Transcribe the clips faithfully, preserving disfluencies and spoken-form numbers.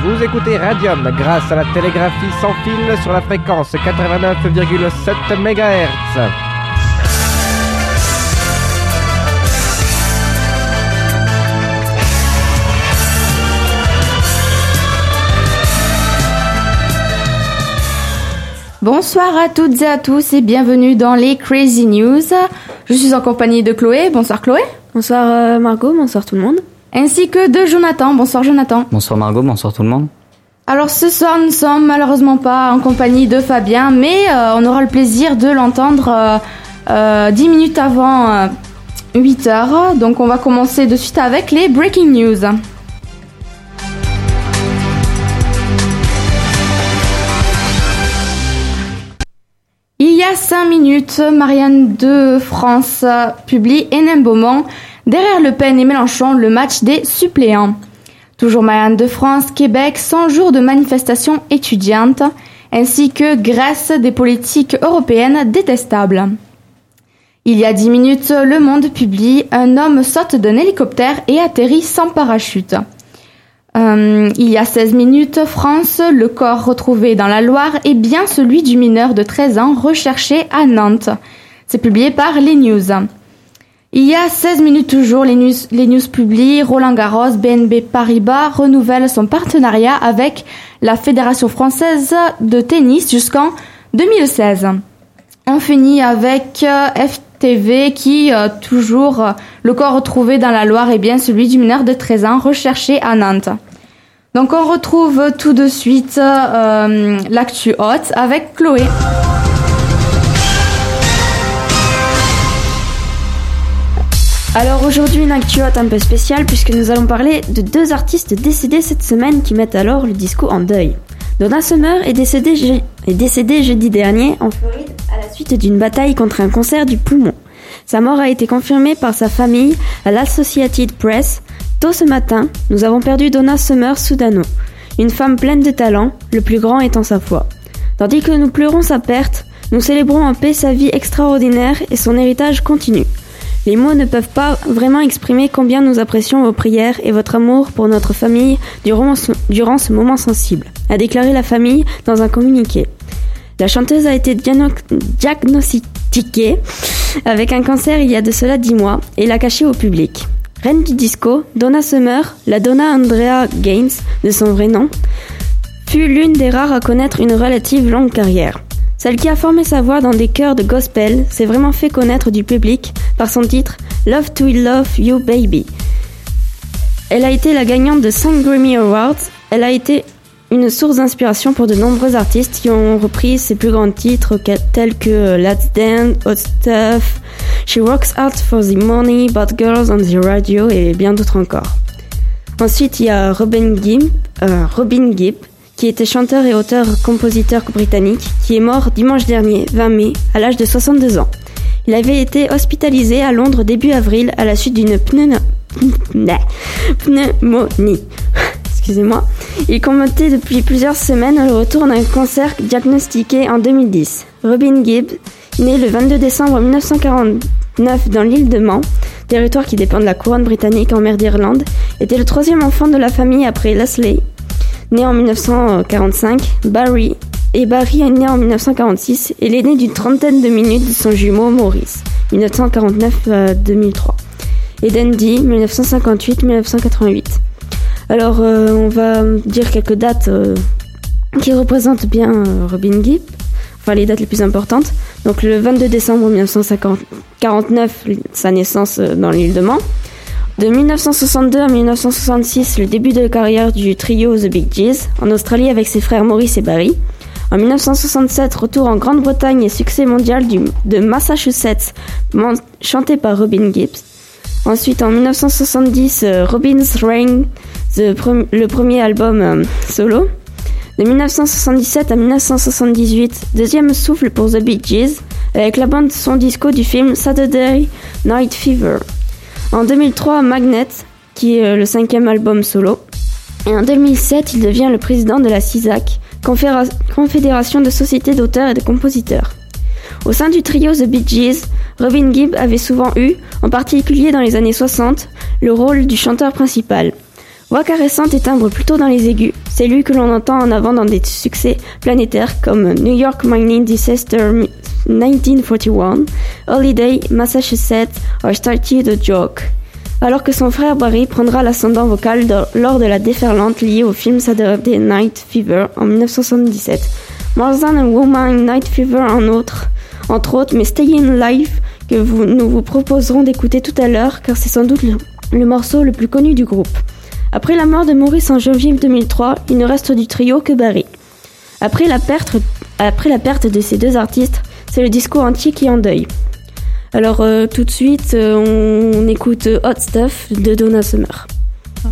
Vous écoutez Radium grâce à la télégraphie sans fil sur la fréquence quatre-vingt-neuf virgule sept mégahertz. Bonsoir à toutes et à tous et bienvenue dans les Crazy News. Je suis en compagnie de Chloé. Bonsoir Chloé. Bonsoir euh, Margot, bonsoir tout le monde. Ainsi que de Jonathan. Bonsoir Jonathan. Bonsoir Margot, bonsoir tout le monde. Alors ce soir nous ne sommes malheureusement pas en compagnie de Fabien, mais euh, on aura le plaisir de l'entendre euh, euh, dix minutes avant euh, huit heures. Donc on va commencer de suite avec les Breaking News. Il y a cinq minutes, Marianne de France publie Hénin Beaumont, derrière Le Pen et Mélenchon, le match des suppléants. Toujours Marianne de France, Québec, cent jours de manifestations étudiantes, ainsi que Grèce, des politiques européennes détestables. Il y a dix minutes, Le Monde publie Un homme saute d'un hélicoptère et atterrit sans parachute. Euh, il y a seize minutes, France, le corps retrouvé dans la Loire est bien celui du mineur de treize ans recherché à Nantes. C'est publié par Les News. Il y a seize minutes toujours, Les News, les news publient Roland Garros, B N P Paribas renouvelle son partenariat avec la Fédération française de tennis jusqu'en deux mille seize. On finit avec euh, F T V qui, euh, toujours, euh, le corps retrouvé dans la Loire est bien celui du mineur de treize ans recherché à Nantes. Donc on retrouve tout de suite euh, l'actu haute avec Chloé. Alors aujourd'hui une actu haute un peu spéciale puisque nous allons parler de deux artistes décédés cette semaine qui mettent alors le disco en deuil. Donna Summer est décédée, je... est décédée jeudi dernier en Floride à la suite d'une bataille contre un cancer du poumon. Sa mort a été confirmée par sa famille à l'Associated Press. Tôt ce matin, nous avons perdu Donna Summer Soudano, une femme pleine de talent, le plus grand étant sa foi. Tandis que nous pleurons sa perte, nous célébrons en paix sa vie extraordinaire et son héritage continu. Les mots ne peuvent pas vraiment exprimer combien nous apprécions vos prières et votre amour pour notre famille durant ce, durant ce moment sensible, a déclaré la famille dans un communiqué. La chanteuse a été diagno- diagnostiquée avec un cancer il y a de cela dix mois et l'a caché au public. Reine du disco, Donna Summer, la Donna Andrea Gaines de son vrai nom, fut l'une des rares à connaître une relative longue carrière. Celle qui a formé sa voix dans des chœurs de gospel s'est vraiment fait connaître du public par son titre Love to Love You Baby. Elle a été la gagnante de cinq Grammy Awards. Elle a été une source d'inspiration pour de nombreux artistes qui ont repris ses plus grands titres tels que Let's Dance, Hot Stuff, She Works Hard for the Money, Bad Girls on the Radio et bien d'autres encore. Ensuite, il y a Robin Gibb, euh, Robin Gibb, qui était chanteur et auteur-compositeur britannique, qui est mort dimanche dernier, vingt mai, à l'âge de soixante-deux ans. Il avait été hospitalisé à Londres début avril à la suite d'une pneumonie. pneumonie. Excusez-moi. Il commentait depuis plusieurs semaines le retour d'un cancer diagnostiqué en deux mille dix. Robin Gibb, né le vingt-deux décembre mille neuf cent quarante-neuf dans l'île de Man, territoire qui dépend de la couronne britannique en mer d'Irlande, était le troisième enfant de la famille après Leslie, né en mille neuf cent quarante-cinq, Barry, et Barry est né en mille neuf cent quarante-six et l'aîné d'une trentaine de minutes de son jumeau Maurice, mille neuf cent quarante-neuf à deux mille trois, et Dundee, mille neuf cent cinquante-huit à mille neuf cent quatre-vingt-huit. Alors, euh, on va dire quelques dates euh, qui représentent bien euh, Robin Gibb, enfin les dates les plus importantes. Donc le vingt-deux décembre mille neuf cent quarante-neuf, sa naissance euh, dans l'île de Man. De mille neuf cent soixante-deux à mille neuf cent soixante-six, le début de carrière du trio The Bee Gees, en Australie avec ses frères Maurice et Barry. En mille neuf cent soixante-sept, retour en Grande-Bretagne et succès mondial du, de Massachusetts, chanté par Robin Gibb. Ensuite, en mille neuf cent soixante-dix, euh, Robin's Reign, the pre- le premier album euh, solo. De mille neuf cent soixante-dix-sept à mille neuf cent soixante-dix-huit, deuxième souffle pour The Bee Gees, avec la bande son disco du film Saturday Night Fever. En deux mille trois, Magnet, qui est le cinquième album solo. Et en deux mille sept, il devient le président de la C I S A C, Conféra- Confédération de sociétés d'auteurs et de compositeurs. Au sein du trio The Bee Gees, Robin Gibb avait souvent eu, en particulier dans les années soixante, le rôle du chanteur principal. Voix caressante et timbre plutôt dans les aigus, C'est lui que l'on entend en avant dans des succès planétaires comme New York Mining Disaster dix-neuf cent quarante et un, Holiday, Massachusetts or Started a Joke. Alors que son frère Barry prendra l'ascendant vocal de, lors de la déferlante liée au film Saturday Night Fever en dix-neuf cent soixante-dix-sept. More Than a Woman, Night Fever en autres, entre autres, mais Staying Alive que vous, nous vous proposerons d'écouter tout à l'heure car c'est sans doute le, le morceau le plus connu du groupe. Après la mort de Maurice en janvier deux mille trois, il ne reste du trio que Barry. Après la perte, après la perte de ces deux artistes, c'est le disco entier qui est en deuil. Alors euh, tout de suite, euh, on écoute Hot Stuff de Donna Summer. Oh.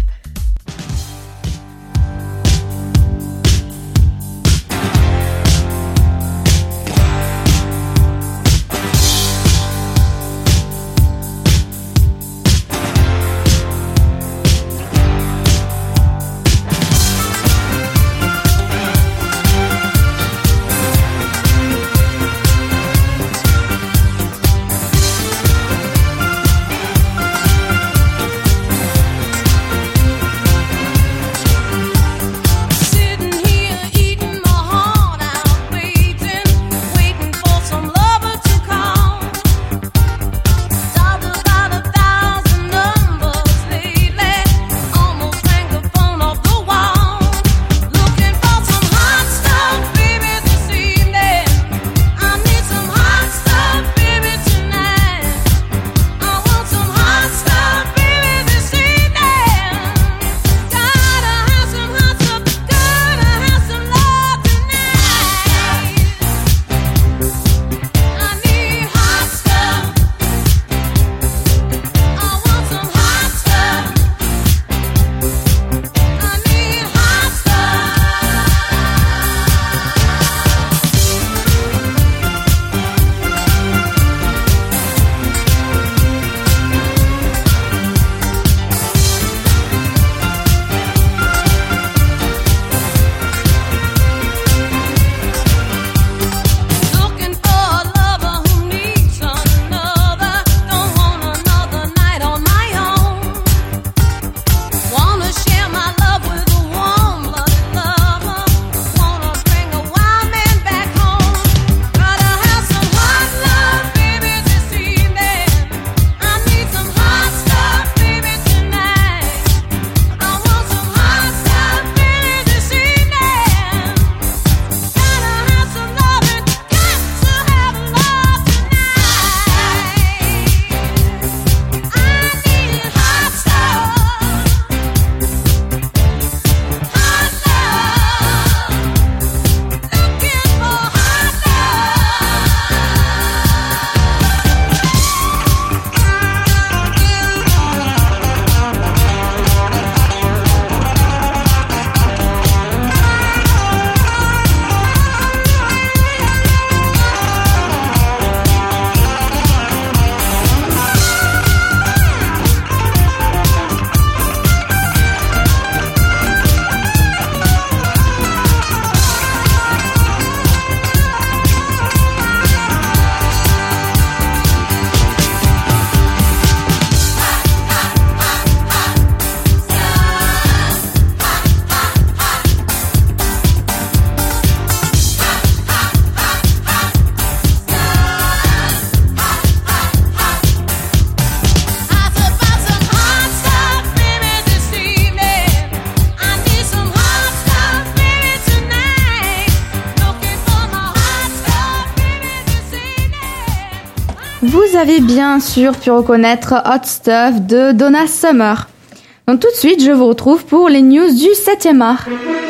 Vous avez bien sûr pu reconnaître Hot Stuff de Donna Summer. Donc tout de suite, je vous retrouve pour les news du septième art.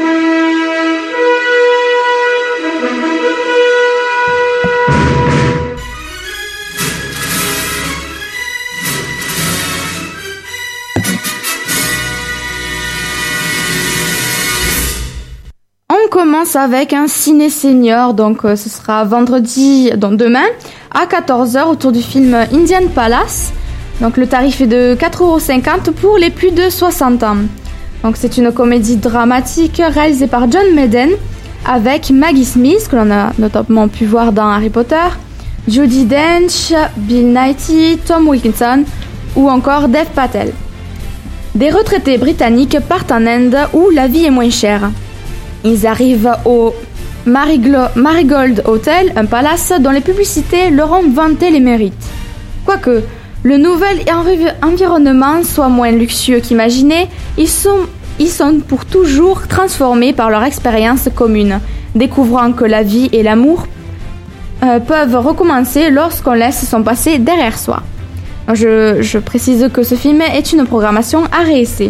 On commence avec un ciné senior, donc euh, ce sera vendredi, donc demain, à quatorze heures autour du film Indian Palace. Donc le tarif est de quatre euros cinquante pour les plus de soixante ans. Donc c'est une comédie dramatique réalisée par John Madden avec Maggie Smith, que l'on a notamment pu voir dans Harry Potter, Judi Dench, Bill Nighy, Tom Wilkinson ou encore Dev Patel. Des retraités britanniques partent en Inde où la vie est moins chère. Ils arrivent au Mariglo- Marigold Hotel, un palace dont les publicités leur ont vanté les mérites. Quoique le nouvel envi- environnement soit moins luxueux qu'imaginé, ils sont, ils sont pour toujours transformés par leur expérience commune, découvrant que la vie et l'amour euh, peuvent recommencer lorsqu'on laisse son passé derrière soi. Je, je précise que ce film est une programmation A R E C.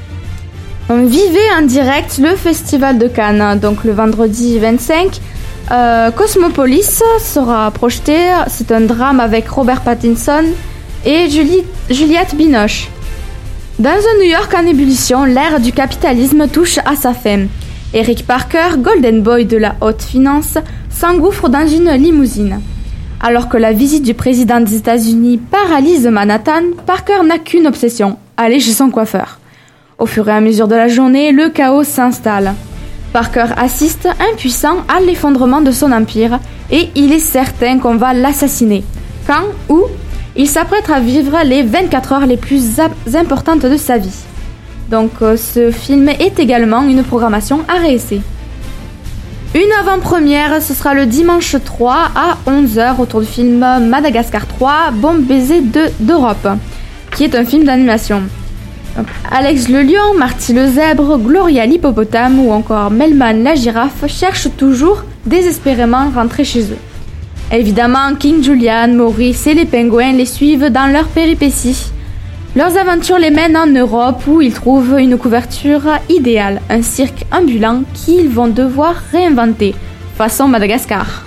Vivez en direct le Festival de Cannes, donc le vendredi vingt-cinq. Euh, Cosmopolis sera projeté, c'est un drame avec Robert Pattinson et Julie, Juliette Binoche. Dans un New York en ébullition, l'ère du capitalisme touche à sa fin. Eric Parker, golden boy de la haute finance, s'engouffre dans une limousine. Alors que la visite du président des États-Unis paralyse Manhattan, Parker n'a qu'une obsession, aller chez son coiffeur. Au fur et à mesure de la journée, le chaos s'installe. Parker assiste, impuissant, à l'effondrement de son empire et il est certain qu'on va l'assassiner. Quand, où, il s'apprête à vivre les vingt-quatre heures les plus importantes de sa vie. Donc euh, ce film est également une programmation A R E C. Une avant-première, ce sera le dimanche trois à onze heures autour du film Madagascar trois, Bon baiser de, d'Europe, qui est un film d'animation. Donc, Alex le lion, Marty le zèbre, Gloria l'hippopotame ou encore Melman la girafe cherchent toujours désespérément rentrer chez eux. Évidemment, King Julian, Maurice et les pingouins les suivent dans leurs péripéties. Leurs aventures les mènent en Europe où ils trouvent une couverture idéale, un cirque ambulant qu'ils vont devoir réinventer, façon Madagascar.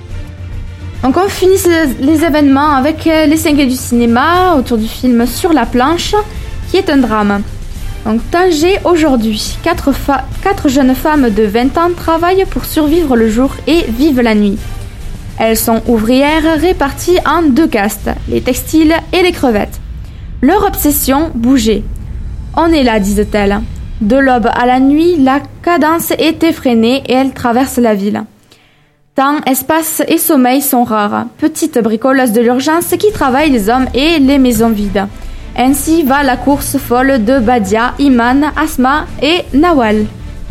Donc on finit les événements avec les cinq du cinéma autour du film Sur la planche, qui est un drame. Donc Tanger aujourd'hui, quatre, fa- quatre jeunes femmes de vingt ans travaillent pour survivre le jour et vivent la nuit. Elles sont ouvrières réparties en deux castes, les textiles et les crevettes. Leur obsession, bouger. On est là, disent-elles. De l'aube à la nuit, la cadence est effrénée et elles traversent la ville. Temps, espace et sommeil sont rares. Petites bricoleuses de l'urgence qui travaillent les hommes et les maisons vides. Ainsi va la course folle de Badia, Iman, Asma et Nawal.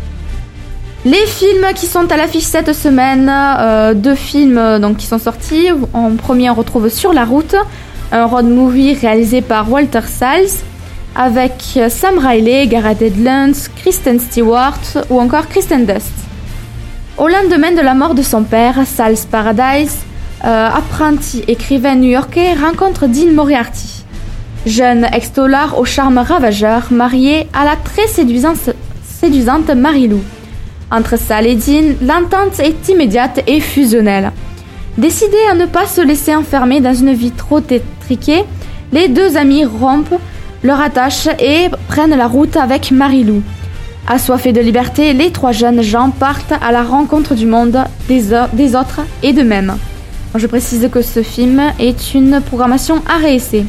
Les films qui sont à l'affiche cette semaine, euh, deux films donc, qui sont sortis. En premier, on retrouve Sur la route, un road movie réalisé par Walter Salles avec Sam Riley, Gareth Edlund, Kristen Stewart ou encore Kristen Dust. Au lendemain de la mort de son père, Sal's Paradise, euh, apprenti écrivain new-yorkais, rencontre Dean Moriarty, jeune ex-dollar au charme ravageur, marié à la très séduisante, séduisante Marie-Lou. Entre Sal et Dean, l'entente est immédiate et fusionnelle. Décidés à ne pas se laisser enfermer dans une vie trop étriquée, les deux amis rompent leur attache et prennent la route avec Marie-Lou. Assoiffés de liberté, les trois jeunes gens partent à la rencontre du monde, des, o- des autres et d'eux-mêmes. Je précise que ce film est une programmation A R E C.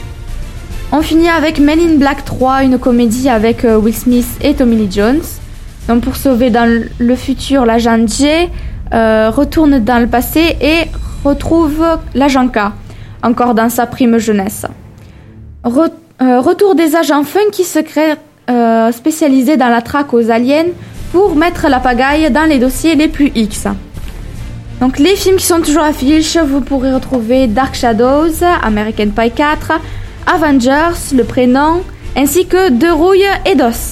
On finit avec Men in Black trois, une comédie avec Will Smith et Tommy Lee Jones. Donc pour sauver dans le futur l'agent J, euh, retourne dans le passé et retrouve l'agent K, encore dans sa prime jeunesse. Re- euh, retour des agents funky secrets euh, spécialisés dans la traque aux aliens pour mettre la pagaille dans les dossiers les plus X. Donc les films qui sont toujours à l'affiche, vous pourrez retrouver Dark Shadows, American Pie quatre, Avengers, Le Prénom, ainsi que De Rouille et d'Os.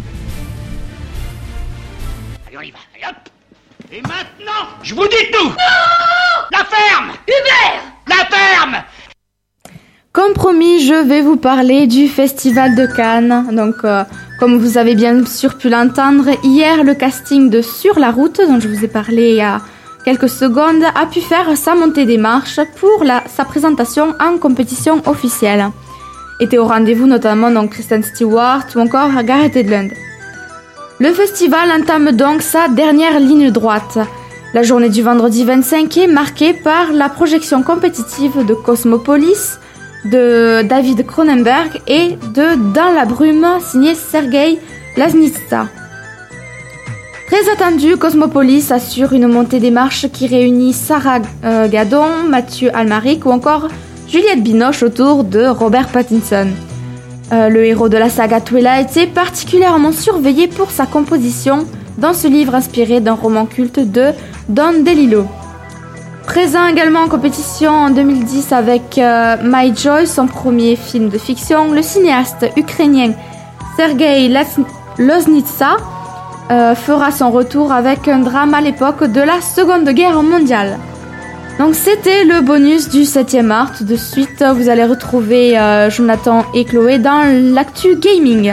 Allez, on y va, allez hop. Et maintenant, je vous dis tout. Non. La ferme. Hubert. La ferme. Comme promis, je vais vous parler du Festival de Cannes. Donc, euh, comme vous avez bien sûr pu l'entendre, hier, le casting de Sur la route, dont je vous ai parlé il y a quelques secondes, a pu faire sa montée des marches pour la, sa présentation en compétition officielle. Était au rendez-vous notamment donc Kristen Stewart ou encore Gareth Edlund. Le festival entame donc sa dernière ligne droite. La journée du vendredi vingt-cinq est marquée par la projection compétitive de Cosmopolis, de David Cronenberg et de Dans la brume signé Sergei Laznitsa. Très attendu, Cosmopolis assure une montée des marches qui réunit Sarah euh, Gadon, Mathieu Almaric ou encore Juliette Binoche autour de Robert Pattinson. Euh, le héros de la saga Twilight est particulièrement surveillé pour sa composition dans ce livre inspiré d'un roman culte de Don DeLillo. Présent également en compétition en deux mille dix avec euh, My Joy, son premier film de fiction, le cinéaste ukrainien Sergei Loznitsa euh, fera son retour avec un drame à l'époque de la Seconde Guerre mondiale. Donc c'était le bonus du septième art. Tout de suite, vous allez retrouver euh, Jonathan et Chloé dans l'actu gaming.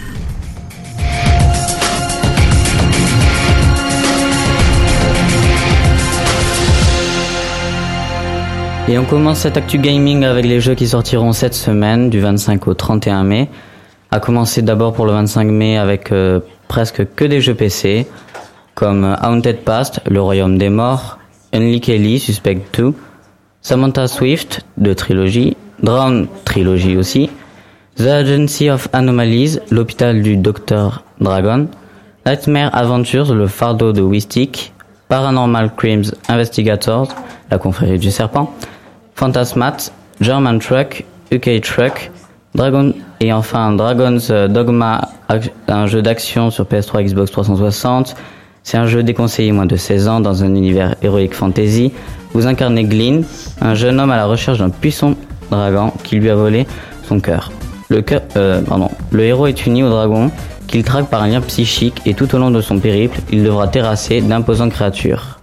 Et on commence cette actu gaming avec les jeux qui sortiront cette semaine, du vingt-cinq au trente et un mai. À commencer d'abord pour le vingt-cinq mai avec euh, presque que des jeux P C, comme Haunted Past, Le Royaume des Morts, Unlikely, Suspect deux, Samantha Swift, de Trilogy, Drown, Trilogy aussi, The Agency of Anomalies, l'hôpital du Docteur Dragon, Nightmare Adventures, le fardeau de Wistic, Paranormal Crimes Investigators, la confrérie du serpent, Phantasmat, German Truck, U K Truck, Dragon et enfin Dragon's Dogma, un jeu d'action sur P S trois, Xbox trois cent soixante. C'est un jeu déconseillé moins de seize ans dans un univers héroïque fantasy. Vous incarnez Glyn, un jeune homme à la recherche d'un puissant dragon qui lui a volé son cœur. Le, cœur, euh, pardon. Le héros est uni au dragon qu'il traque par un lien psychique et tout au long de son périple, il devra terrasser d'imposantes créatures.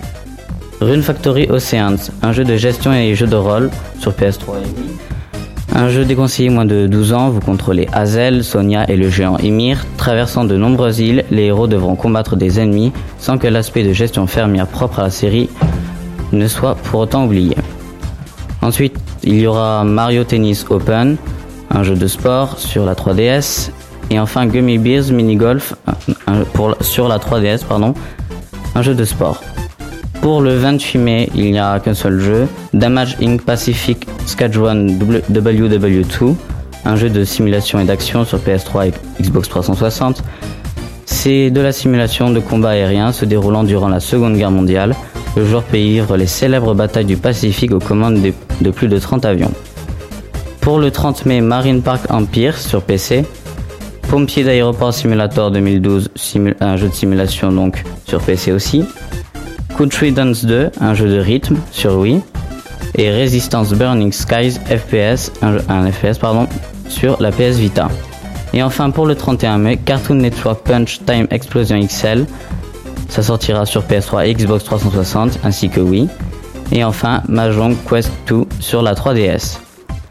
Rune Factory Oceans, un jeu de gestion et jeu de rôle sur P S trois et Wii. Un jeu déconseillé moins de douze ans, vous contrôlez Hazel, Sonia et le géant Ymir. Traversant de nombreuses îles, les héros devront combattre des ennemis sans que l'aspect de gestion fermière propre à la série ne soit pour autant oublié. Ensuite, il y aura Mario Tennis Open, un jeu de sport sur la trois D S. Et enfin Gummy Bears Mini Golf un, pour, sur la trois D S, pardon, un jeu de sport. Pour le vingt-huit mai, il n'y a qu'un seul jeu, Damage Incorporated Pacific Squadron W W deux, un jeu de simulation et d'action sur P S trois et Xbox trois cent soixante. C'est de la simulation de combat aérien se déroulant durant la Seconde Guerre mondiale. Le joueur peut y vivre les célèbres batailles du Pacifique aux commandes de, de plus de trente avions. Pour le trente mai, Marine Park Empire sur P C, Pompier d'aéroport Simulator deux mille douze, simu- un jeu de simulation donc sur P C aussi. Country Dance deux, un jeu de rythme sur Wii, et Resistance Burning Skies F P S, un, jeu, un F P S pardon, sur la P S Vita. Et enfin pour le trente et un mai, Cartoon Network Punch Time Explosion X L, ça sortira sur P S trois et Xbox trois cent soixante ainsi que Wii. Et enfin Mahjong Quest deux sur la trois D S.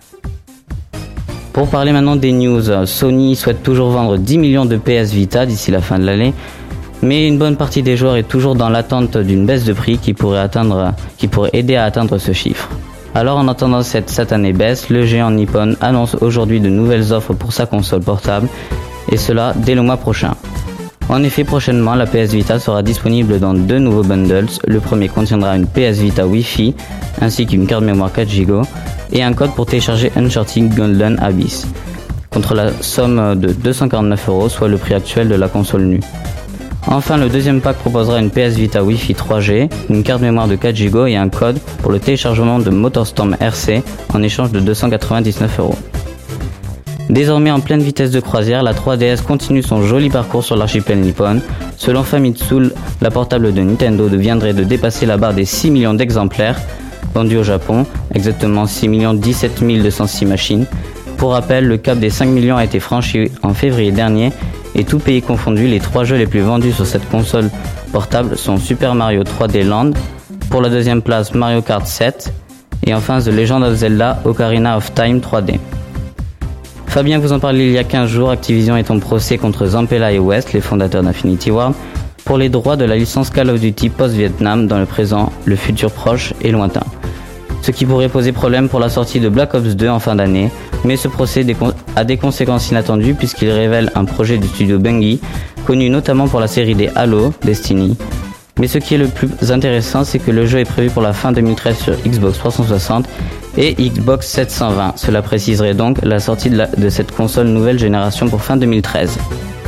Pour parler maintenant des news, Sony souhaite toujours vendre dix millions de P S Vita d'ici la fin de l'année. Mais une bonne partie des joueurs est toujours dans l'attente d'une baisse de prix qui pourrait atteindre, qui pourrait aider à atteindre ce chiffre. Alors en attendant cette satanée baisse, le géant Nippon annonce aujourd'hui de nouvelles offres pour sa console portable, et cela dès le mois prochain. En effet, prochainement, la P S Vita sera disponible dans deux nouveaux bundles. Le premier contiendra une P S Vita Wi-Fi, ainsi qu'une carte mémoire quatre giga, et un code pour télécharger Uncharted Golden Abyss, contre la somme de deux cent quarante-neuf euros, soit le prix actuel de la console nue. Enfin, le deuxième pack proposera une P S Vita Wi-Fi trois G, une carte mémoire de quatre giga et un code pour le téléchargement de MotorStorm R C en échange de deux cent quatre-vingt-dix-neuf euros. Désormais en pleine vitesse de croisière, la trois D S continue son joli parcours sur l'archipel nippon. Selon Famitsu, la portable de Nintendo viendrait de dépasser la barre des six millions d'exemplaires vendus au Japon, exactement six millions dix-sept mille deux cent six machines. Pour rappel, le cap des cinq millions a été franchi en février dernier. Et tout pays confondu, les trois jeux les plus vendus sur cette console portable sont Super Mario trois D Land, pour la deuxième place Mario Kart sept, et enfin The Legend of Zelda Ocarina of Time trois D. Fabien vous en parlait il y a quinze jours, Activision est en procès contre Zampella et West, les fondateurs d'Infinity Ward, pour les droits de la licence Call of Duty post-Vietnam dans le présent, le futur proche et lointain. Ce qui pourrait poser problème pour la sortie de Black Ops deux en fin d'année, mais ce procès a des conséquences inattendues puisqu'il révèle un projet du studio Bungie, connu notamment pour la série des Halo, Destiny. Mais ce qui est le plus intéressant, c'est que le jeu est prévu pour la fin deux mille treize sur Xbox trois cent soixante et Xbox sept cent vingt. Cela préciserait donc la sortie de, la, de cette console nouvelle génération pour fin deux mille treize.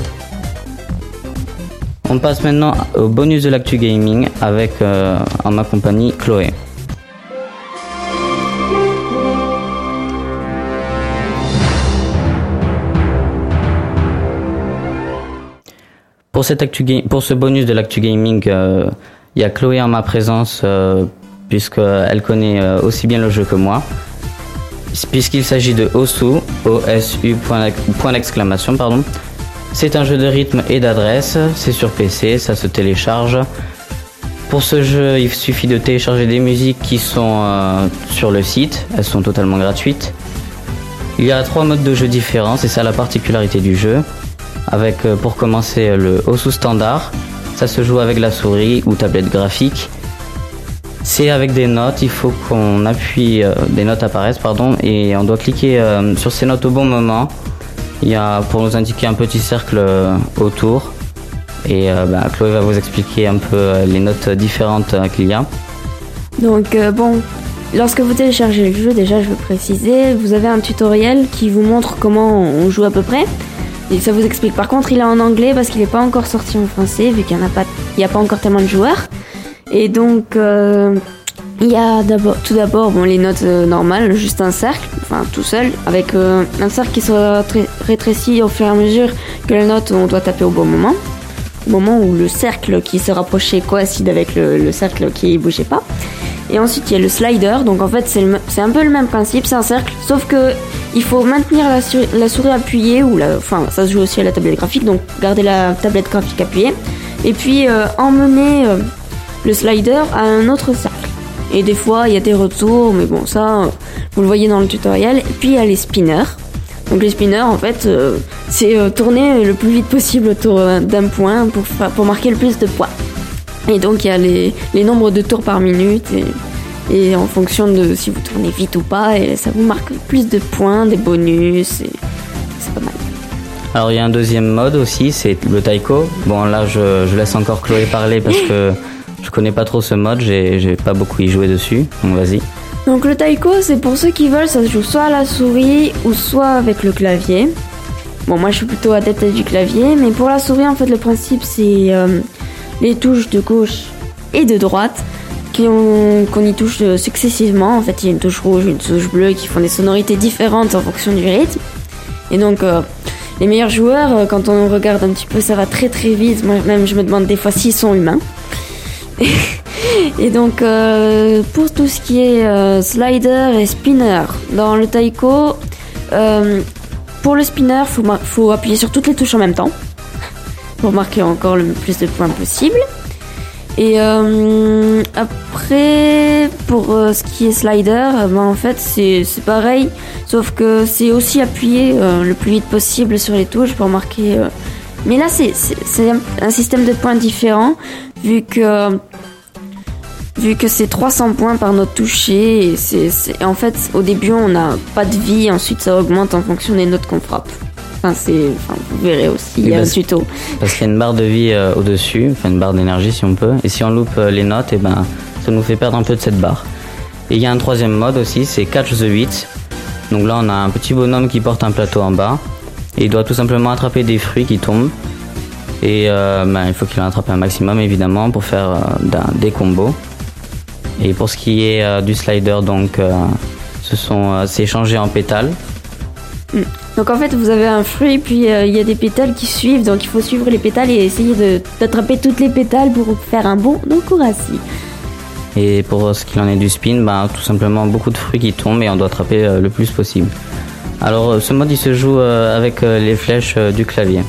On passe maintenant au bonus de l'actu gaming avec euh, en ma compagnie Chloé. pour cette actu ga- pour ce bonus de l'actu gaming, il euh, y a Chloé en ma présence, euh, puisqu'elle connaît euh, aussi bien le jeu que moi. Puisqu'il s'agit de Osu, O S U point d'exclamation, pardon. C'est un jeu de rythme et d'adresse, c'est sur P C, ça se télécharge. Pour ce jeu, il suffit de télécharger des musiques qui sont euh, sur le site, elles sont totalement gratuites. Il y a trois modes de jeu différents, c'est ça la particularité du jeu. Avec, euh, pour commencer, le Osu standard, ça se joue avec la souris ou tablette graphique. C'est avec des notes, il faut qu'on appuie, euh, des notes apparaissent, pardon, et on doit cliquer euh, sur ces notes au bon moment. Il y a pour nous indiquer un petit cercle euh, autour. Et euh, bah, Chloé va vous expliquer un peu euh, les notes différentes euh, qu'il y a. Donc euh, bon, lorsque vous téléchargez le jeu, déjà je veux préciser, vous avez un tutoriel qui vous montre comment on joue à peu près. Et ça vous explique. Par contre, il est en anglais parce qu'il n'est pas encore sorti en français, vu qu'il n'y a pas, il y a pas encore tellement de joueurs. Et donc, euh, il y a d'abord, tout d'abord bon, les notes euh, normales, juste un cercle, enfin tout seul, avec euh, un cercle qui se rétré- rétrécit au fur et à mesure que la note on doit taper au bon moment. Au moment où le cercle qui se rapprochait coïncide avec le, le cercle qui bougeait pas. Et ensuite il y a le slider, donc en fait c'est, le, c'est un peu le même principe, c'est un cercle, sauf que il faut maintenir la, sur, la souris appuyée, ou la, enfin ça se joue aussi à la tablette graphique, donc garder la tablette graphique appuyée, et puis euh, emmener euh, le slider à un autre cercle. Et des fois il y a des retours, mais bon ça vous le voyez dans le tutoriel. Et puis il y a les spinners. Donc les spinners en fait euh, c'est euh, tourner le plus vite possible autour euh, d'un point pour, pour marquer le plus de points. Et donc il y a les, les nombres de tours par minute et, et en fonction de si vous tournez vite ou pas, et ça vous marque plus de points, des bonus, et c'est pas mal. Alors il y a un deuxième mode aussi, c'est le taiko. Bon là je, je laisse encore Chloé parler parce que je connais pas trop ce mode, j'ai, j'ai pas beaucoup y joué dessus, donc vas-y. Donc le taiko, c'est pour ceux qui veulent, ça se joue soit à la souris ou soit avec le clavier. Bon, moi je suis plutôt adepte du clavier, mais pour la souris en fait le principe c'est euh, les touches de gauche et de droite qui ont, qu'on y touche successivement. En fait il y a une touche rouge, une touche bleue qui font des sonorités différentes en fonction du rythme. Et donc euh, les meilleurs joueurs, euh, quand on regarde un petit peu, ça va très très vite. Moi même je me demande des fois s'ils sont humains. Et donc euh, pour tout ce qui est euh, slider et spinner dans le taiko, euh, pour le spinner faut, mar- faut appuyer sur toutes les touches en même temps pour marquer encore le plus de points possible. Et euh, après pour euh, ce qui est slider, euh, ben, en fait c'est, c'est pareil, sauf que c'est aussi appuyer euh, le plus vite possible sur les touches pour marquer euh, mais là c'est, c'est, c'est un système de points différent, vu que vu que c'est trois cents points par note touchée. Et c'est, c'est, en fait au début on n'a pas de vie, ensuite ça augmente en fonction des notes qu'on frappe. Enfin, c'est, enfin vous verrez aussi, il y a un tuto. Parce qu'il y a une barre de vie euh, au-dessus, enfin une barre d'énergie si on peut, et si on loupe euh, les notes, et ben ça nous fait perdre un peu de cette barre. Et il y a un troisième mode aussi, c'est Catch the Beat. Donc là on a un petit bonhomme qui porte un plateau en bas, et il doit tout simplement attraper des fruits qui tombent. Et euh, ben, il faut qu'il en attrape un maximum évidemment pour faire euh, des combos. Et pour ce qui est euh, du slider, donc euh, ce sont, euh, c'est changé en pétales. Mm. Donc en fait vous avez un fruit, puis il euh, y a des pétales qui suivent, donc il faut suivre les pétales et essayer de, d'attraper toutes les pétales pour faire un bon Nokurasi. Et pour ce qu'il en est du spin, ben, tout simplement beaucoup de fruits qui tombent et on doit attraper euh, le plus possible. Alors ce mode il se joue euh, avec euh, les flèches euh, du clavier.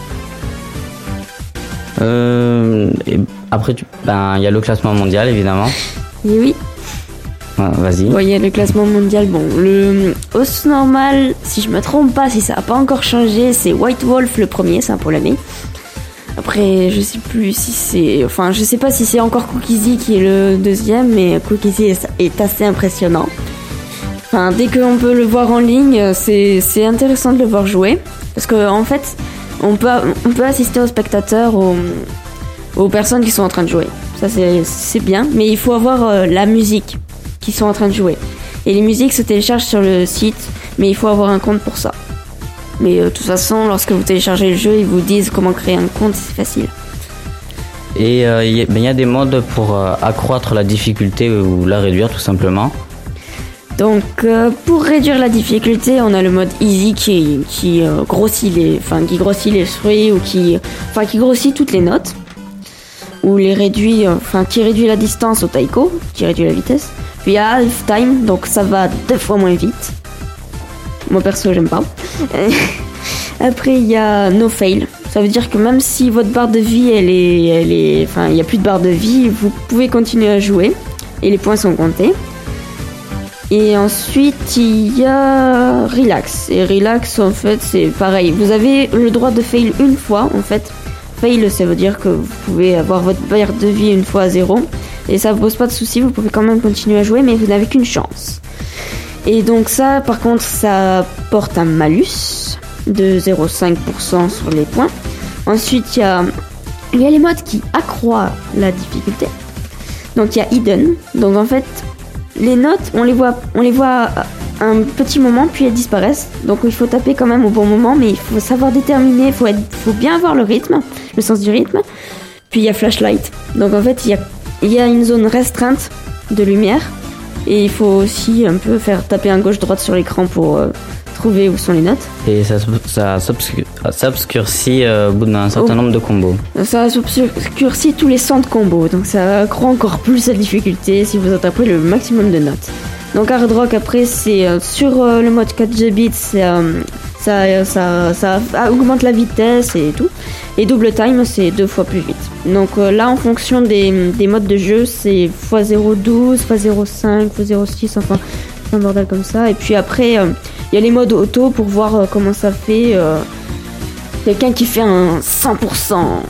Euh, et après il ben, y a le classement mondial évidemment. Et oui. Ouais, vas-y. Bon, il y a le classement mondial. Bon, le Osu normal, si je me trompe pas, si ça a pas encore changé, c'est White Wolf le premier, c'est un polonais. Après, je sais plus si c'est, enfin, je sais pas si c'est encore Cookiezi qui est le deuxième, mais Cookiezi est, est assez impressionnant. Enfin, dès qu'on peut le voir en ligne, c'est c'est intéressant de le voir jouer, parce que en fait, on peut on peut assister aux spectateurs, aux, aux personnes qui sont en train de jouer. Ça c'est c'est bien, mais il faut avoir euh, la musique qui sont en train de jouer. Et les musiques se téléchargent sur le site, mais il faut avoir un compte pour ça. Mais euh, de toute façon, lorsque vous téléchargez le jeu, ils vous disent comment créer un compte, c'est facile. Et il euh, y, ben, y a des modes pour euh, accroître la difficulté ou la réduire tout simplement. Donc euh, pour réduire la difficulté, on a le mode easy qui, qui euh, grossit les, enfin qui grossit les fruits ou qui, enfin qui grossit toutes les notes, ou les réduit, enfin qui réduit la distance au taiko, qui réduit la vitesse. Puis il y a half time, donc ça va deux fois moins vite. Moi perso j'aime pas. Après il y a no fail. Ça veut dire que même si votre barre de vie elle est, elle est, enfin il y a plus de barre de vie, vous pouvez continuer à jouer et les points sont comptés. Et ensuite, il y a Relax. Et Relax, en fait, c'est pareil. Vous avez le droit de fail une fois, en fait. Fail, ça veut dire que vous pouvez avoir votre barre de vie une fois à zéro. Et ça ne vous pose pas de soucis, vous pouvez quand même continuer à jouer, mais vous n'avez qu'une chance. Et donc ça, par contre, ça porte un malus de zéro virgule cinq pour cent sur les points. Ensuite, il y a, il y a les modes qui accroissent la difficulté. Donc il y a Hidden. Donc en fait... Les notes, on les voit, on les voit un petit moment, puis elles disparaissent. Donc il faut taper quand même au bon moment, mais il faut savoir déterminer, il faut, être, faut bien avoir le rythme, le sens du rythme. Puis il y a Flashlight. Donc en fait, il y a, il y a une zone restreinte de lumière. Et il faut aussi un peu faire taper un gauche-droite sur l'écran pour euh, trouver où sont les notes. Et ça, ça s'obscur- s'obscurcit euh, au bout d'un certain oh. nombre de combos. Ça s'obscurcit tous les cent de combos, donc ça accroît encore plus la difficulté si vous attrapez le maximum de notes. Donc Hard Rock après c'est euh, sur euh, le mode quatre bits, euh, ça, ça, ça augmente la vitesse et tout. Et Double Time c'est deux fois plus vite. Donc euh, là en fonction des, des modes de jeu c'est fois zéro virgule douze, fois zéro virgule cinq, fois zéro virgule six, enfin un bordel comme ça. Et puis après il euh, y a les modes auto pour voir euh, comment ça fait euh, quelqu'un qui fait un cent pour cent.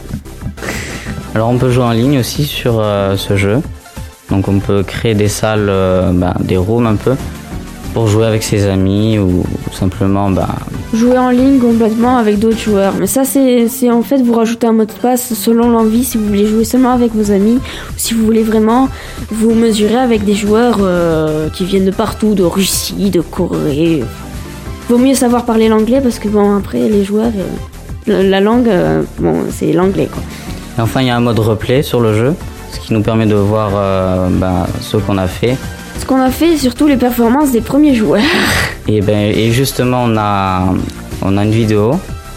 Alors on peut jouer en ligne aussi sur euh, ce jeu. Donc on peut créer des salles, euh, bah, des rooms un peu, pour jouer avec ses amis ou simplement... Bah... jouer en ligne complètement avec d'autres joueurs. Mais ça c'est, c'est en fait vous rajoutez un mot de passe selon l'envie, si vous voulez jouer seulement avec vos amis ou si vous voulez vraiment vous mesurer avec des joueurs euh, qui viennent de partout, de Russie, de Corée. Vaut mieux savoir parler l'anglais parce que bon après les joueurs, euh, la langue, euh, bon c'est l'anglais quoi. Et enfin il y a un mode replay sur le jeu, ce qui nous permet de voir euh, bah, ce qu'on a fait. Ce qu'on a fait, surtout les performances des premiers joueurs. Et, ben, et justement, on a, on a une vidéo.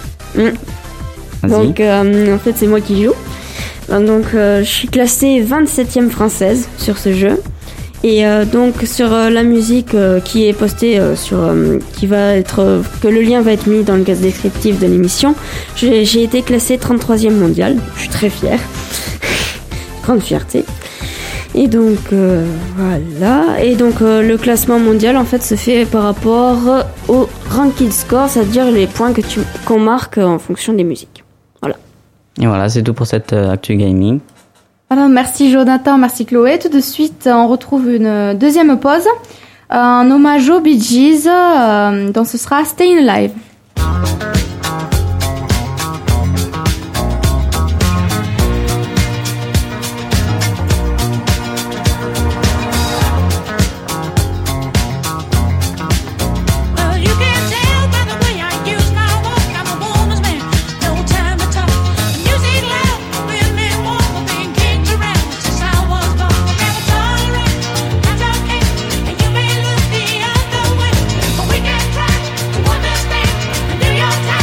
Mmh. Donc, euh, en fait, c'est moi qui joue. Donc, euh, je suis classée vingt-septième française sur ce jeu. Et euh, donc, sur euh, la musique euh, qui est postée, euh, sur, euh, qui va être, euh, que le lien va être mis dans le gaz descriptif de l'émission, j'ai, j'ai été classée trente-troisième mondiale. Je suis très fière. Grande fierté. Et donc euh, voilà, et donc euh, le classement mondial en fait se fait par rapport au ranking score, c'est-à-dire les points que tu, qu'on marque en fonction des musiques. Voilà. Et voilà, c'est tout pour cette euh, Actu Gaming. Alors merci Jonathan, merci Chloé. Tout de suite, on retrouve une deuxième pause, un hommage aux Bee Gees, euh, dont ce sera Stayin' Alive. Your time.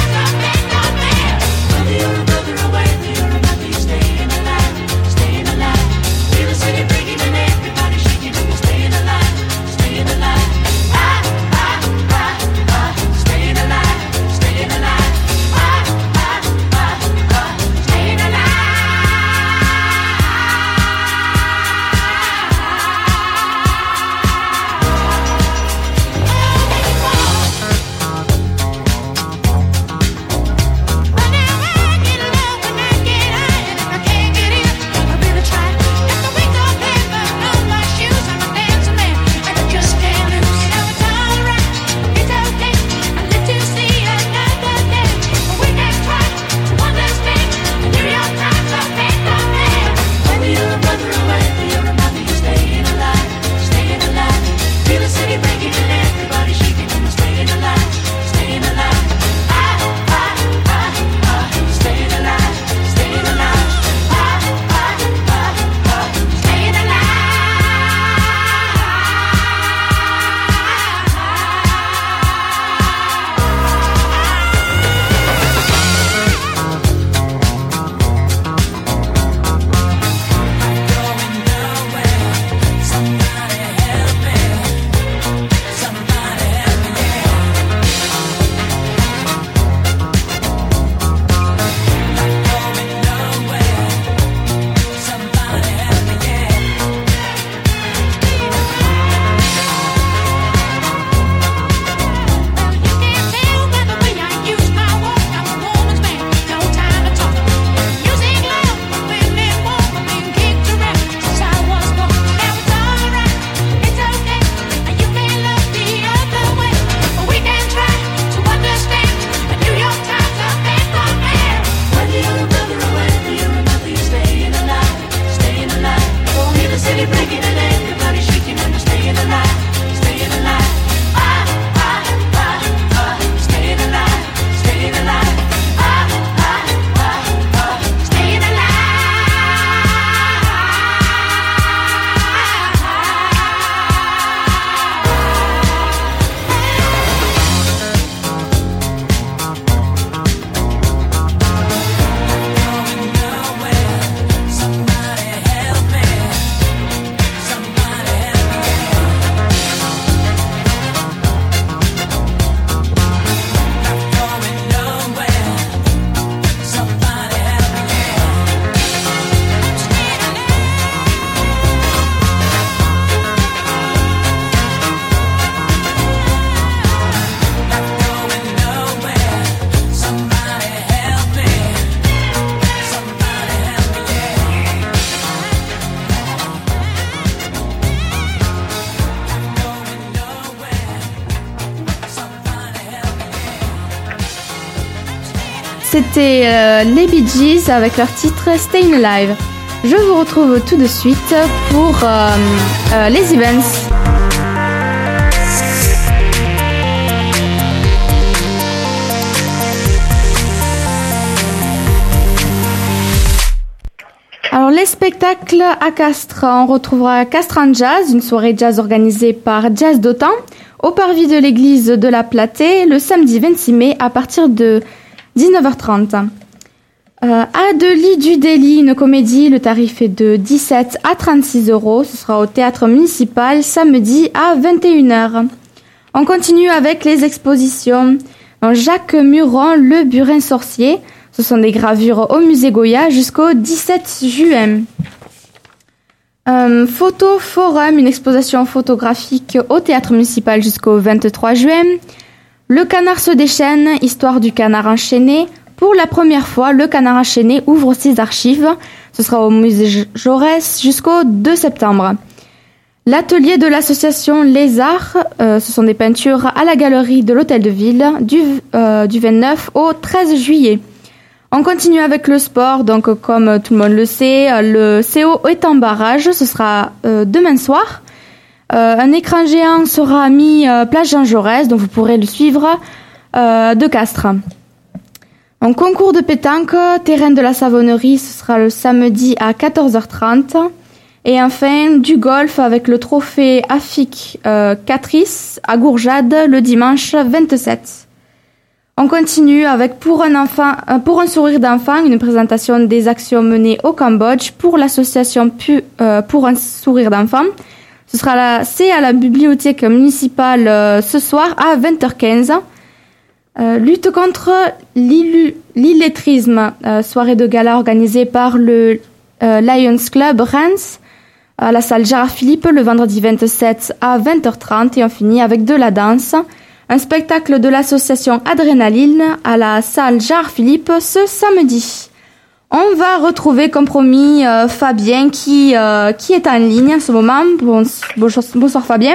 c'était euh, les Bee Gees avec leur titre Stayin' Alive. Je vous retrouve tout de suite pour euh, euh, les events. Alors les spectacles à Castres, on retrouvera Castres en Jazz, une soirée jazz organisée par Jazz d'Autun, au parvis de l'église de la Platée, le samedi vingt-six mai à partir de dix-neuf heures trente. Euh, Adelie du Délit, une comédie, le tarif est de dix-sept à trente-six euros, ce sera au théâtre municipal samedi à vingt et une heures. On continue avec les expositions. Donc, Jacques Muron, le burin sorcier. Ce sont des gravures au musée Goya jusqu'au dix-sept juin. Euh, Photo Forum, une exposition photographique au théâtre municipal jusqu'au vingt-trois juin. Le canard se déchaîne, histoire du canard enchaîné. Pour la première fois, le canard enchaîné ouvre ses archives. Ce sera au musée Jaurès jusqu'au deux septembre. L'atelier de l'association Les Arts, euh, ce sont des peintures à la galerie de l'Hôtel de Ville du, euh, du vingt-neuf au treize juillet. On continue avec le sport, donc comme tout le monde le sait, le C O est en barrage, ce sera euh, demain soir. Euh, un écran géant sera mis euh, plage Jean Jaurès, donc vous pourrez le suivre euh, de Castres. Un concours de pétanque, terrain de la Savonnerie, ce sera le samedi à quatorze heures trente. Et enfin, du golf avec le trophée Afik euh, Catrice à Gourjade le dimanche vingt-sept. On continue avec pour un enfant, pour un sourire d'enfant, une présentation des actions menées au Cambodge pour l'association Pu, euh, pour un sourire d'enfant. Ce sera là, c'est à la bibliothèque municipale euh, ce soir à vingt heures quinze. Euh, lutte contre l'illettrisme, euh, soirée de gala organisée par le euh, Lions Club Reims à la salle Gérard Philippe le vendredi vingt-sept à vingt heures trente et on finit avec de la danse. Un spectacle de l'association Adrénaline à la salle Gérard Philippe ce samedi. On va retrouver comme promis euh, Fabien qui, euh, qui est en ligne en ce moment. Bon, bonsoir, bonsoir Fabien.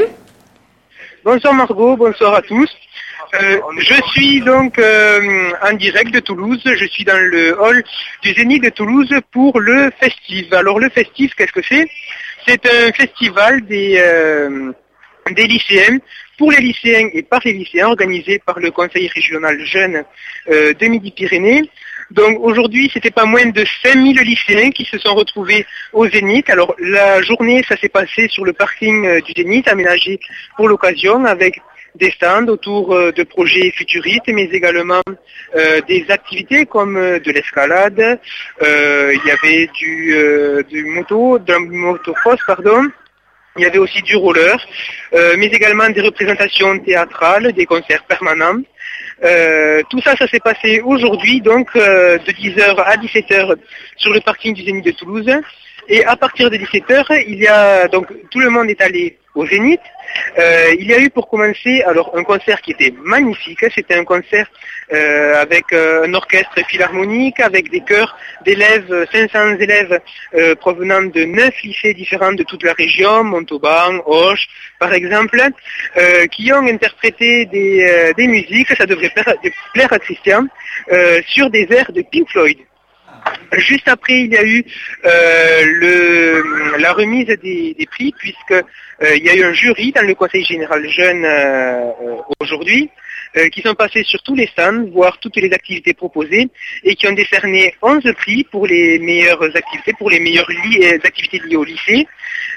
Bonsoir Margot, bonsoir à tous. Euh, je suis donc euh, en direct de Toulouse, je suis dans le hall du Zénith de Toulouse pour le Festive. Alors le Festive, qu'est-ce que c'est? C'est un festival des, euh, des lycéens, pour les lycéens et par les lycéens, organisé par le Conseil régional jeune euh, de Midi-Pyrénées. Donc aujourd'hui, c'était pas moins de cinq mille lycéens qui se sont retrouvés au Zénith. Alors la journée, ça s'est passé sur le parking euh, du Zénith, aménagé pour l'occasion, avec des stands autour euh, de projets futuristes, mais également euh, des activités comme euh, de l'escalade. Euh, il y avait du, euh, du moto, d'un motocross, pardon. Il y avait aussi du roller, euh, mais également des représentations théâtrales, des concerts permanents. Euh, tout ça, ça s'est passé aujourd'hui, donc euh, de dix heures à dix-sept heures sur le parking du Zénith de Toulouse. Et à partir de dix-sept heures, il y a donc tout le monde est allé au Zénith. Euh, il y a eu pour commencer alors un concert qui était magnifique. C'était un concert euh, avec euh, un orchestre philharmonique, avec des chœurs d'élèves, cinq cents élèves euh, provenant de neuf lycées différents de toute la région, Montauban, Auch, par exemple, euh, qui ont interprété des, euh, des musiques, ça devrait plaire, plaire à Christian, euh, sur des airs de Pink Floyd. Juste après, il y a eu euh, le, la remise des, des prix, puisque euh, il y a eu un jury dans le Conseil général jeune euh, aujourd'hui, euh, qui sont passés sur tous les stands, voir toutes les activités proposées, et qui ont décerné onze prix pour les meilleures activités, pour les meilleures li- activités liées au lycée.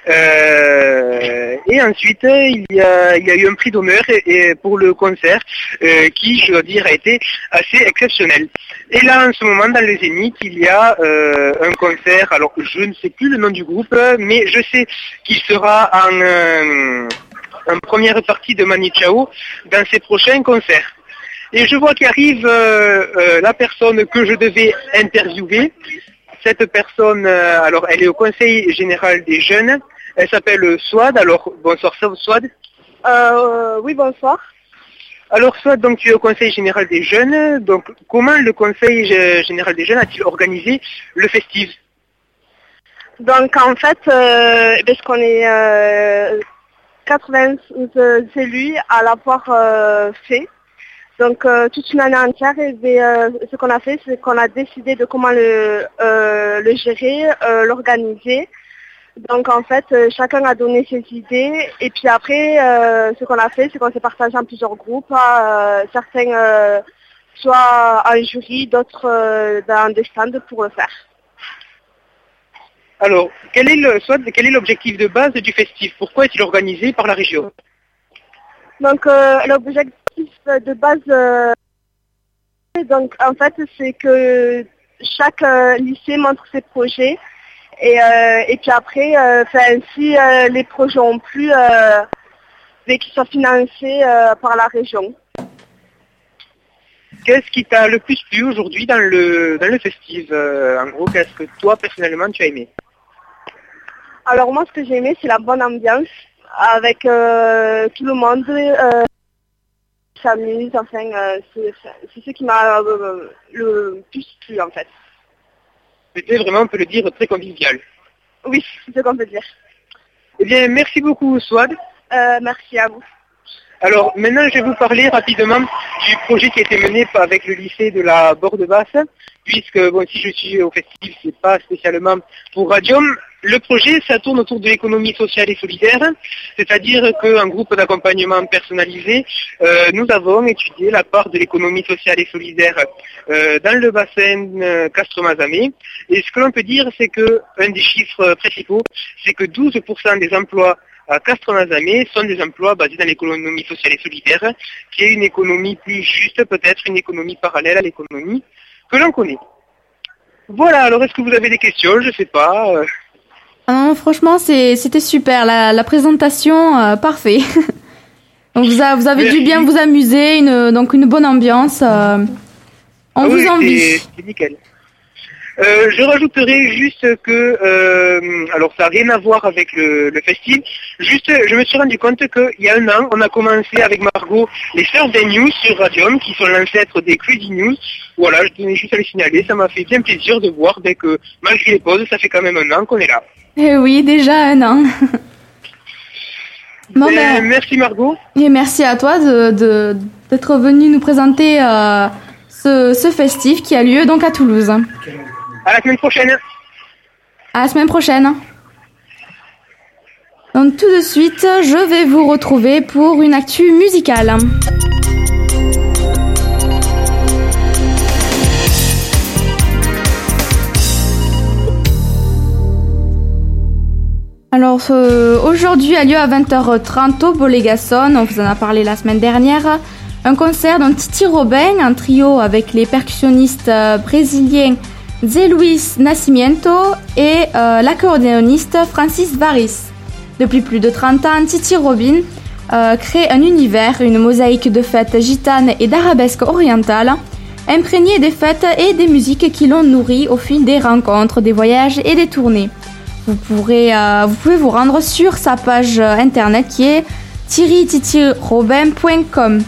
Euh, et ensuite, il y, a, il y a eu un prix d'honneur et, et pour le concert, euh, qui, je dois dire, a été assez exceptionnel. Et là, en ce moment, dans le Zénith, il y a euh, un concert, alors je ne sais plus le nom du groupe, mais je sais qu'il sera en, euh, en première partie de Manu Chao dans ses prochains concerts. Et je vois qu'arrive euh, euh, la personne que je devais interviewer. Cette personne, euh, alors elle est au Conseil général des jeunes, elle s'appelle Swad. Alors bonsoir Swad. Euh, oui, bonsoir. Alors Swad, donc tu es au Conseil général des jeunes, donc comment le Conseil général des jeunes a-t-il organisé le Festive? Donc en fait, euh, parce qu'on est euh, quatre-vingts élus à l'avoir euh, fait, Donc euh, toute une année entière, et bien, euh, ce qu'on a fait, c'est qu'on a décidé de comment le, euh, le gérer, euh, l'organiser. Donc en fait, euh, chacun a donné ses idées et puis après, euh, ce qu'on a fait, c'est qu'on s'est partagé en plusieurs groupes, euh, certains euh, soit en jury, d'autres euh, dans des stands pour le faire. Alors, quel est le, soit, quel est l'objectif de base du festif? Pourquoi est-il organisé par la région? Donc euh, l'objectif de base, euh, donc en fait, c'est que chaque euh, lycée montre ses projets. Et, euh, et puis après, euh, si euh, les projets ont plu, euh, et qu'ils soient financés euh, par la région. Qu'est-ce qui t'a le plus plu aujourd'hui dans le, dans le festif euh, En gros, qu'est-ce que toi, personnellement, tu as aimé? Alors moi, ce que j'ai aimé, c'est la bonne ambiance, avec euh, tout le monde euh, s'amuse, enfin, euh, c'est, c'est ce qui m'a euh, le plus plu, en fait. C'était vraiment, on peut le dire, très convivial. Oui, c'est ce qu'on peut dire. Eh bien, merci beaucoup, Swad. Euh, merci à vous. Alors, maintenant, je vais vous parler rapidement du projet qui a été mené avec le lycée de la Borde-Basse, puisque, bon, si je suis au festival, c'est pas spécialement pour Radium. Le projet, ça tourne autour de l'économie sociale et solidaire, c'est-à-dire qu'un groupe d'accompagnement personnalisé, euh, nous avons étudié la part de l'économie sociale et solidaire euh, dans le bassin euh, Castres-Mazamet. Et ce que l'on peut dire, c'est que un des chiffres principaux, c'est que douze pour cent des emplois à Castres-Mazamet sont des emplois basés dans l'économie sociale et solidaire, qui est une économie plus juste, peut-être une économie parallèle à l'économie que l'on connaît. Voilà, alors est-ce que vous avez des questions? Je ne sais pas. Euh... Ah non, franchement, c'est, c'était super, la, la présentation, euh, parfait. Donc vous, a, vous avez Merci. dû bien vous amuser, une, donc une bonne ambiance. Euh, on ah vous oui, envie. C'est, c'est nickel. Euh, je rajouterai juste que, euh, alors ça n'a rien à voir avec le, le festival, juste je me suis rendu compte qu'il y a un an, on a commencé avec Margot les Thursday News sur Radium, qui sont l'ancêtre des Crazy News. Voilà, je tenais juste à les signaler, ça m'a fait bien plaisir de voir dès que, malgré les pauses, ça fait quand même un an qu'on est là. Eh oui, déjà un an. Bon, ben, ben, merci Margot. Et merci à toi de, de, d'être venu nous présenter euh, ce, ce festif qui a lieu donc à Toulouse. À la semaine prochaine. À la semaine prochaine. Donc tout de suite, je vais vous retrouver pour une actu musicale. Alors euh, aujourd'hui a lieu à vingt heures trente au Bolégason, on vous en a parlé la semaine dernière, un concert d'un Titi Robin, un trio avec les percussionnistes euh, brésiliens Zé Luis Nascimento et euh, l'accordéoniste Francis Varis. Depuis plus de trente ans, Titi Robin euh, crée un univers, une mosaïque de fêtes gitanes et d'arabesques orientales, imprégnées des fêtes et des musiques qui l'ont nourri au fil des rencontres, des voyages et des tournées. Vous, pourrez, euh, vous pouvez vous rendre sur sa page internet qui est thierry titi robin point com.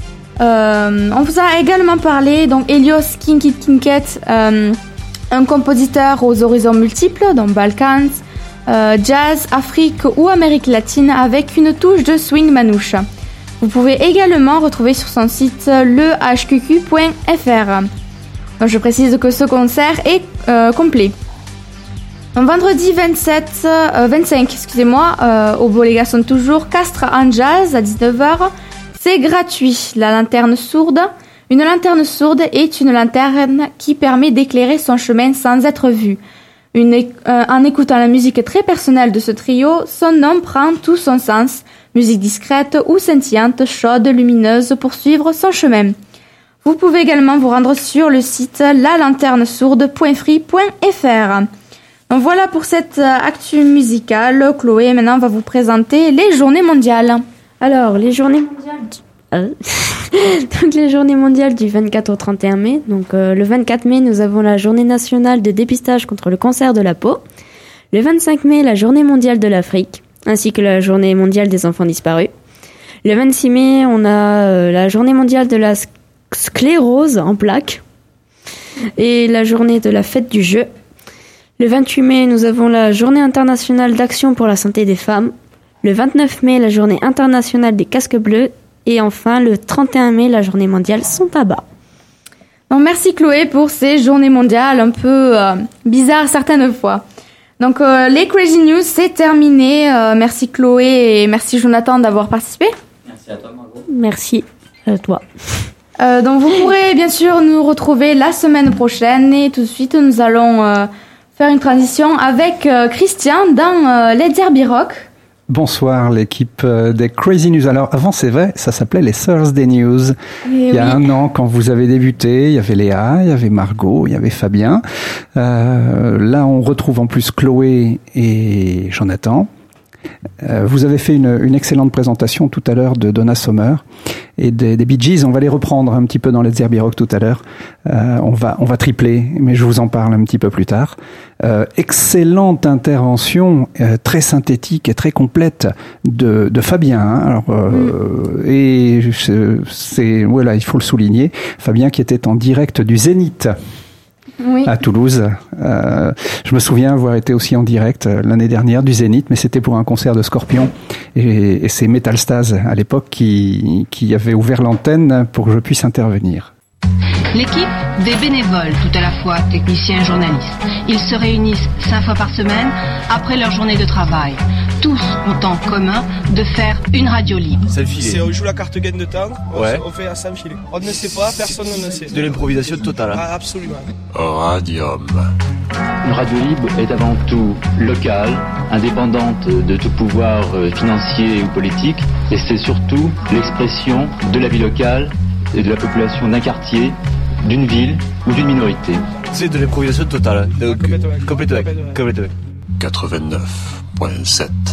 Euh, on vous a également parlé donc Elios Kinky Kinket, euh, un compositeur aux horizons multiples dans Balkans, euh, jazz, Afrique ou Amérique latine avec une touche de swing manouche. Vous pouvez également retrouver sur son site le h q q point f r. Donc je précise que ce concert est euh, complet. Donc, vendredi vingt-sept, euh, vingt-cinq excusez-moi, euh, au Bolégason toujours, Castres en jazz à dix-neuf heures. C'est gratuit. La lanterne sourde. Une lanterne sourde est une lanterne qui permet d'éclairer son chemin sans être vue. Une, euh, en écoutant la musique très personnelle de ce trio, son nom prend tout son sens. Musique discrète ou scintillante, chaude, lumineuse pour suivre son chemin. Vous pouvez également vous rendre sur le site la lanterne sourde point free point f r. Donc voilà pour cette actu musicale. Chloé maintenant va vous présenter les journées mondiales. Alors, les journées mondiales du... Euh. donc les journées mondiales du vingt-quatre au trente et un mai. Donc euh, le vingt-quatre mai, nous avons la journée nationale de dépistage contre le cancer de la peau. Le vingt-cinq mai, la journée mondiale de l'Afrique, ainsi que la journée mondiale des enfants disparus. Le vingt-six mai, on a euh, la journée mondiale de la sclérose en plaques et la journée de la fête du jeu. Le vingt-huit mai, nous avons la journée internationale d'action pour la santé des femmes. Le vingt-neuf mai, la journée internationale des casques bleus. Et enfin, le trente et un mai, la journée mondiale sans tabac. Donc, merci Chloé pour ces journées mondiales un peu euh, bizarres certaines fois. Donc euh, les Crazy News, c'est terminé. Euh, merci Chloé et merci Jonathan d'avoir participé. Merci à toi Margot. Merci à toi. Euh, donc vous pourrez bien sûr nous retrouver la semaine prochaine et tout de suite nous allons euh, faire une transition avec euh, Christian dans euh, les Derby Rock. Bonsoir l'équipe des Crazy News. Alors avant c'est vrai, ça s'appelait les Thursday News. Et il y a oui. un an quand vous avez débuté, il y avait Léa, il y avait Margot, il y avait Fabien. Euh, là on retrouve en plus Chloé et Jonathan. Euh, vous avez fait une, une excellente présentation tout à l'heure de Donna Summer et des, des Bee Gees. On va les reprendre un petit peu dans les Derby Rock tout à l'heure. Euh, on va on va tripler, mais je vous en parle un petit peu plus tard. Euh, excellente intervention, euh, très synthétique et très complète de, de Fabien. Hein. Alors, euh, mm. et c'est voilà, il faut le souligner. Fabien qui était en direct du Zénith. Oui. À Toulouse. Euh, je me souviens avoir été aussi en direct euh, l'année dernière du Zénith, mais c'était pour un concert de Scorpion. Et, et c'est Metal Staz à l'époque qui, qui avait ouvert l'antenne pour que je puisse intervenir. L'équipe des bénévoles, tout à la fois techniciens et journalistes. Ils se réunissent cinq fois par semaine après leur journée de travail. Tous ont en commun de faire une radio libre. C'est le filet. C'est on joue la carte gain de temps, ouais. on fait à sans filet. On ne sait pas, personne ne sait. De l'improvisation totale. Ah, absolument. Radium. Une radio libre est avant tout locale, indépendante de tout pouvoir financier ou politique, et c'est surtout l'expression de la vie locale et de la population d'un quartier, d'une ville ou d'une minorité. C'est de l'improvisation totale. Donc, complètement. Complètement. Complètement. quatre-vingt-neuf virgule sept.